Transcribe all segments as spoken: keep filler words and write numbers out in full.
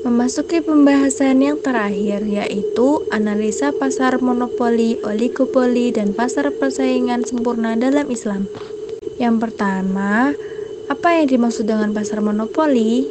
Memasuki pembahasan yang terakhir, yaitu analisa pasar monopoli, oligopoli, dan pasar persaingan sempurna dalam Islam. Yang pertama, apa yang dimaksud dengan pasar monopoli?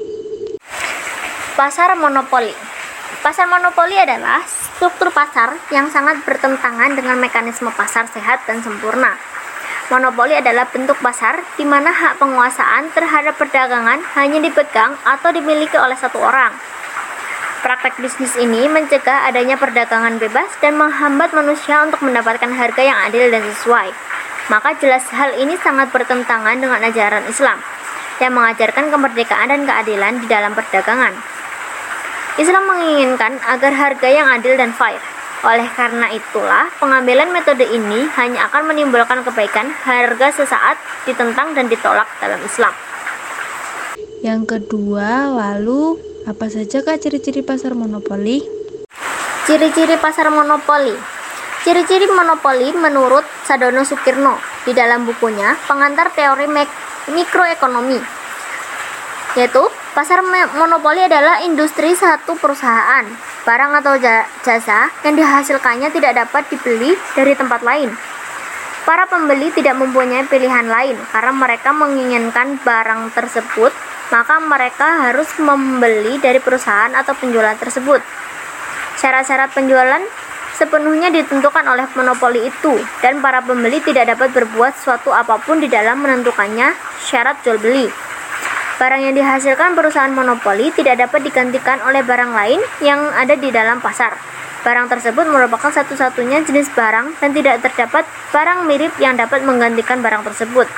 Pasar monopoli. Pasar monopoli adalah struktur pasar yang sangat bertentangan dengan mekanisme pasar sehat dan sempurna. Monopoli adalah bentuk pasar di mana hak penguasaan terhadap perdagangan hanya dipegang atau dimiliki oleh satu orang. Praktek bisnis ini mencegah adanya perdagangan bebas dan menghambat manusia untuk mendapatkan harga yang adil dan sesuai. Maka jelas hal ini sangat bertentangan dengan ajaran Islam yang mengajarkan kemerdekaan dan keadilan di dalam perdagangan. Islam menginginkan agar harga yang adil dan fair. Oleh karena itulah, pengambilan metode ini hanya akan menimbulkan kebaikan. Harga sesaat ditentang dan ditolak dalam Islam. Yang kedua, lalu apa sajakah ciri-ciri pasar monopoli? Ciri-ciri pasar monopoli. Ciri-ciri monopoli menurut Sadono Sukirno di dalam bukunya Pengantar Teori Mikroekonomi, yaitu pasar monopoli adalah industri satu perusahaan, barang atau jasa yang dihasilkannya tidak dapat dibeli dari tempat lain. Para pembeli tidak mempunyai pilihan lain karena mereka menginginkan barang tersebut, maka mereka harus membeli dari perusahaan atau penjualan tersebut. Syarat-syarat penjualan sepenuhnya ditentukan oleh monopoli itu, dan para pembeli tidak dapat berbuat suatu apapun di dalam menentukannya syarat jual beli. Barang yang dihasilkan perusahaan monopoli tidak dapat digantikan oleh barang lain yang ada di dalam pasar. Barang tersebut merupakan satu-satunya jenis barang dan tidak terdapat barang mirip yang dapat menggantikan barang tersebut.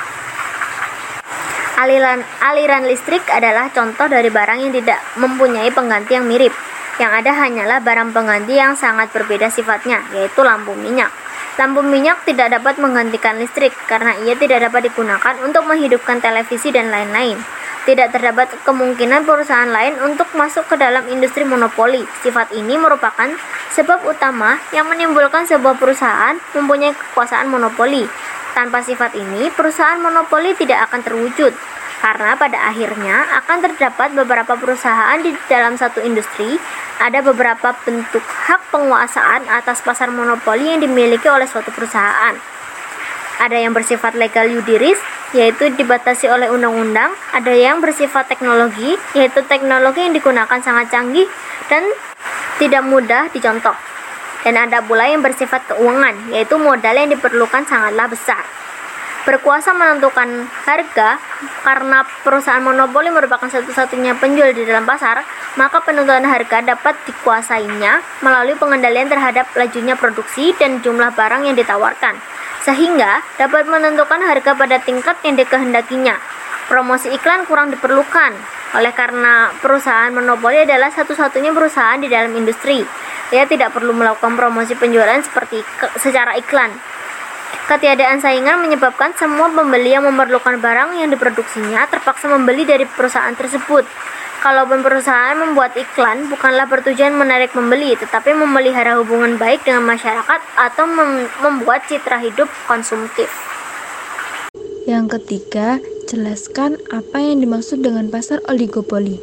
Aliran, aliran listrik adalah contoh dari barang yang tidak mempunyai pengganti yang mirip. Yang ada hanyalah barang pengganti yang sangat berbeda sifatnya, yaitu lampu minyak. Lampu minyak tidak dapat menggantikan listrik karena ia tidak dapat digunakan untuk menghidupkan televisi dan lain-lain. Tidak terdapat kemungkinan perusahaan lain untuk masuk ke dalam industri monopoli. Sifat ini merupakan sebab utama yang menimbulkan sebuah perusahaan mempunyai kekuasaan monopoli. Tanpa sifat ini, perusahaan monopoli tidak akan terwujud, karena pada akhirnya akan terdapat beberapa perusahaan di dalam satu industri. Ada beberapa bentuk hak penguasaan atas pasar monopoli yang dimiliki oleh suatu perusahaan. Ada yang bersifat legal yudiris, yaitu dibatasi oleh undang-undang. Ada yang bersifat teknologi, yaitu teknologi yang digunakan sangat canggih dan tidak mudah dicontoh. Dan ada pula yang bersifat keuangan, yaitu modal yang diperlukan sangatlah besar. Berkuasa menentukan harga karena perusahaan monopoli merupakan satu-satunya penjual di dalam pasar, maka penentuan harga dapat dikuasainya melalui pengendalian terhadap lajunya produksi dan jumlah barang yang ditawarkan, sehingga dapat menentukan harga pada tingkat yang dikehendakinya. Promosi iklan kurang diperlukan, oleh karena perusahaan monopoli adalah satu-satunya perusahaan di dalam industri. Ia tidak perlu melakukan promosi penjualan seperti ke- secara iklan. Ketiadaan saingan menyebabkan semua pembeli yang memerlukan barang yang diproduksinya terpaksa membeli dari perusahaan tersebut. Kalaupun perusahaan membuat iklan, bukanlah bertujuan menarik pembeli, tetapi memelihara hubungan baik dengan masyarakat atau mem- membuat citra hidup konsumtif. Yang ketiga, jelaskan apa yang dimaksud dengan pasar oligopoli.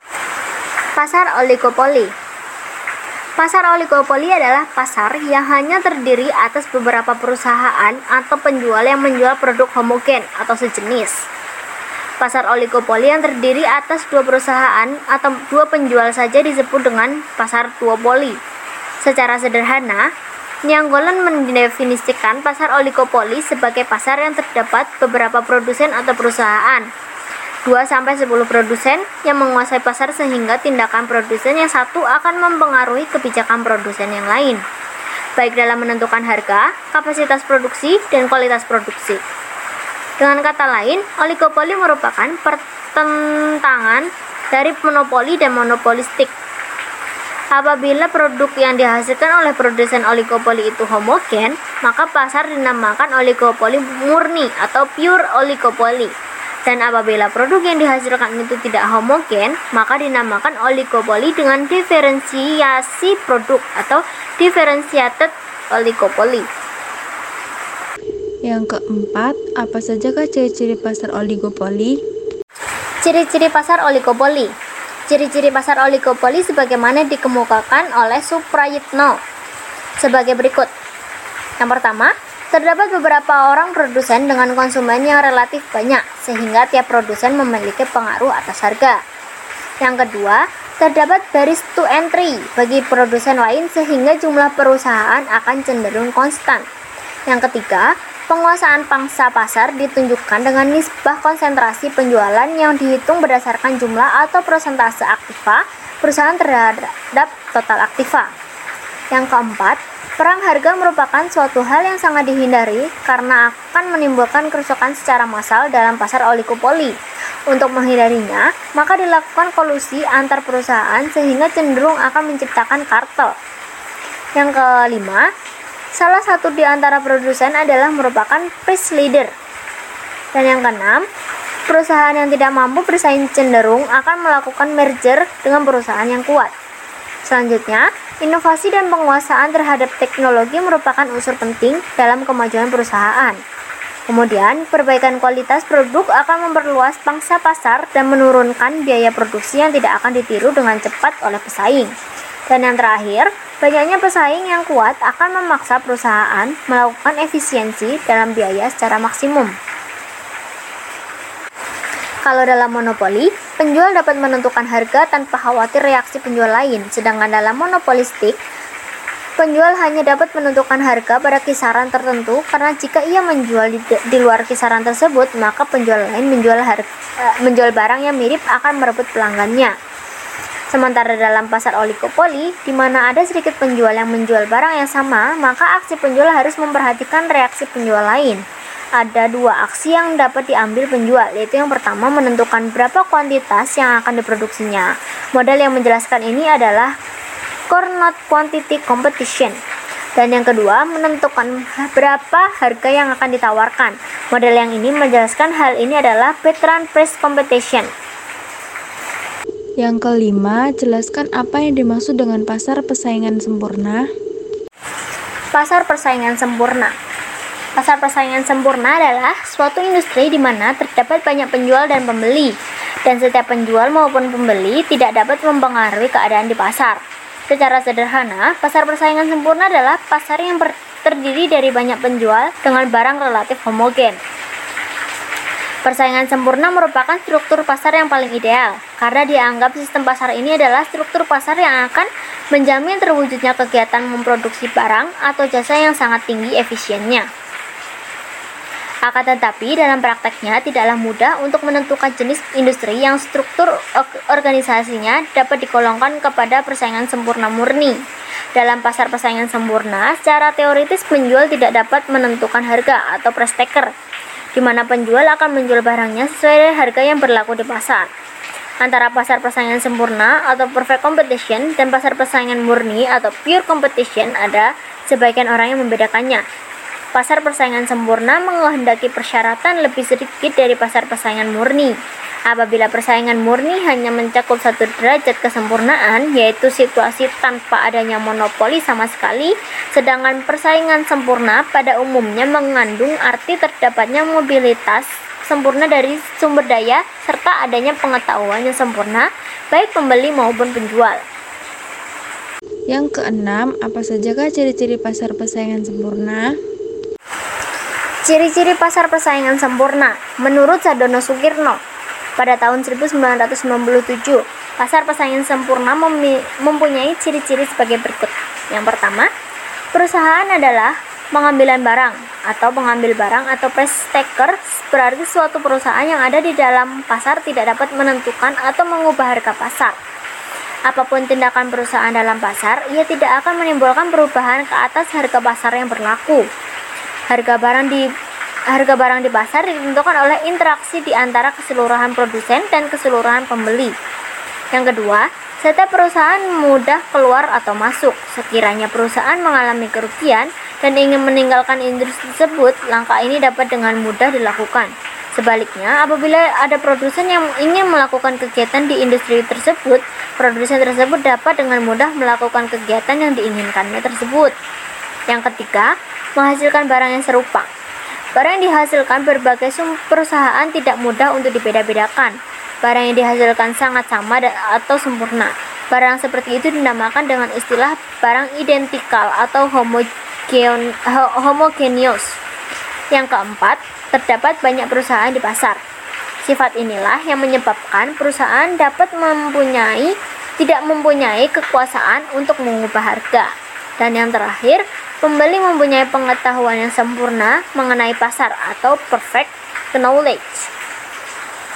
Pasar oligopoli. Pasar oligopoli adalah pasar yang hanya terdiri atas beberapa perusahaan atau penjual yang menjual produk homogen atau sejenis. Pasar oligopoli yang terdiri atas dua perusahaan atau dua penjual saja disebut dengan pasar duopoli. Secara sederhana, Nyanggolan mendefinisikan pasar oligopoli sebagai pasar yang terdapat beberapa produsen atau perusahaan, dua sampai sepuluh produsen yang menguasai pasar sehingga tindakan produsen yang satu akan mempengaruhi kebijakan produsen yang lain, baik dalam menentukan harga, kapasitas produksi, dan kualitas produksi. Dengan kata lain, oligopoli merupakan pertentangan dari monopoli dan monopolistik. Apabila produk yang dihasilkan oleh produsen oligopoli itu homogen, maka pasar dinamakan oligopoli murni atau pure oligopoli. Dan apabila produk yang dihasilkan itu tidak homogen, maka dinamakan oligopoli dengan diferensiasi produk atau differentiated oligopoli. Yang keempat, apa sajakah ciri-ciri pasar oligopoli? Ciri-ciri pasar oligopoli. Ciri-ciri pasar oligopoli sebagaimana dikemukakan oleh Suprayitno sebagai berikut. Yang pertama, terdapat beberapa orang produsen dengan konsumen yang relatif banyak, sehingga tiap produsen memiliki pengaruh atas harga. Yang kedua, terdapat barriers to entry bagi produsen lain sehingga jumlah perusahaan akan cenderung konstan. Yang ketiga, penguasaan pangsa pasar ditunjukkan dengan nisbah konsentrasi penjualan yang dihitung berdasarkan jumlah atau persentase aktiva perusahaan terhadap total aktiva. Yang keempat, perang harga merupakan suatu hal yang sangat dihindari karena akan menimbulkan kerusakan secara massal dalam pasar oligopoli. Untuk menghindarinya, maka dilakukan kolusi antar perusahaan sehingga cenderung akan menciptakan kartel. Yang kelima, salah satu di antara produsen adalah merupakan price leader. Dan yang keenam, perusahaan yang tidak mampu bersaing cenderung akan melakukan merger dengan perusahaan yang kuat. Selanjutnya, inovasi dan penguasaan terhadap teknologi merupakan unsur penting dalam kemajuan perusahaan. Kemudian, perbaikan kualitas produk akan memperluas pangsa pasar dan menurunkan biaya produksi yang tidak akan ditiru dengan cepat oleh pesaing. Dan yang terakhir, banyaknya pesaing yang kuat akan memaksa perusahaan melakukan efisiensi dalam biaya secara maksimum. Kalau dalam monopoli, penjual dapat menentukan harga tanpa khawatir reaksi penjual lain, sedangkan dalam monopolistik, penjual hanya dapat menentukan harga pada kisaran tertentu karena jika ia menjual di, di luar kisaran tersebut, maka penjual lain menjual harga, uh, menjual barang yang mirip akan merebut pelanggannya. Sementara dalam pasar oligopoli, di mana ada sedikit penjual yang menjual barang yang sama, maka aksi penjual harus memperhatikan reaksi penjual lain. Ada dua aksi yang dapat diambil penjual, yaitu yang pertama menentukan berapa kuantitas yang akan diproduksinya. Model yang menjelaskan ini adalah core not quantity competition. Dan yang kedua, menentukan berapa harga yang akan ditawarkan. Model yang ini menjelaskan hal ini adalah veteran price competition. Yang kelima, jelaskan apa yang dimaksud dengan pasar persaingan sempurna. Pasar persaingan sempurna. Pasar persaingan sempurna adalah suatu industri di mana terdapat banyak penjual dan pembeli, dan setiap penjual maupun pembeli tidak dapat mempengaruhi keadaan di pasar. Secara sederhana, pasar persaingan sempurna adalah pasar yang terdiri dari banyak penjual dengan barang relatif homogen. Persaingan sempurna merupakan struktur pasar yang paling ideal, karena dianggap sistem pasar ini adalah struktur pasar yang akan menjamin terwujudnya kegiatan memproduksi barang atau jasa yang sangat tinggi efisiennya. Akan tetapi, dalam prakteknya tidaklah mudah untuk menentukan jenis industri yang struktur organisasinya dapat digolongkan kepada persaingan sempurna murni. Dalam pasar persaingan sempurna, secara teoritis penjual tidak dapat menentukan harga atau price taker, di mana penjual akan menjual barangnya sesuai harga yang berlaku di pasar. Antara pasar persaingan sempurna atau perfect competition dan pasar persaingan murni atau pure competition ada sebagian orang yang membedakannya. Pasar persaingan sempurna menghendaki persyaratan lebih sedikit dari pasar persaingan murni. Apabila persaingan murni hanya mencakup satu derajat kesempurnaan, yaitu situasi tanpa adanya monopoli sama sekali, sedangkan persaingan sempurna pada umumnya mengandung arti terdapatnya mobilitas sempurna dari sumber daya serta adanya pengetahuan yang sempurna, baik pembeli maupun penjual. Yang keenam, apa sajakah ciri-ciri pasar persaingan sempurna? Ciri-ciri pasar persaingan sempurna menurut Sadono Sukirno pada tahun seribu sembilan ratus sembilan puluh tujuh, pasar persaingan sempurna mempunyai ciri-ciri sebagai berikut. Yang pertama, perusahaan adalah pengambilan barang atau pengambil barang atau price taker, berarti suatu perusahaan yang ada di dalam pasar tidak dapat menentukan atau mengubah harga pasar. Apapun tindakan perusahaan dalam pasar, ia tidak akan menimbulkan perubahan ke atas harga pasar yang berlaku. Harga barang di harga barang di pasar ditentukan oleh interaksi di antara keseluruhan produsen dan keseluruhan pembeli. Yang kedua, setiap perusahaan mudah keluar atau masuk. Sekiranya perusahaan mengalami kerugian dan ingin meninggalkan industri tersebut, langkah ini dapat dengan mudah dilakukan. Sebaliknya, apabila ada produsen yang ingin melakukan kegiatan di industri tersebut, produsen tersebut dapat dengan mudah melakukan kegiatan yang diinginkannya tersebut. Yang ketiga, menghasilkan barang yang serupa. Barang yang dihasilkan berbagai perusahaan tidak mudah untuk dibeda-bedakan. Barang yang dihasilkan sangat sama atau sempurna. Barang seperti itu dinamakan dengan istilah barang identikal atau homogen, homogeneous. Yang keempat, terdapat banyak perusahaan di pasar. Sifat inilah yang menyebabkan perusahaan dapat mempunyai tidak mempunyai kekuasaan untuk mengubah harga. Dan yang terakhir, pembeli mempunyai pengetahuan yang sempurna mengenai pasar atau perfect knowledge.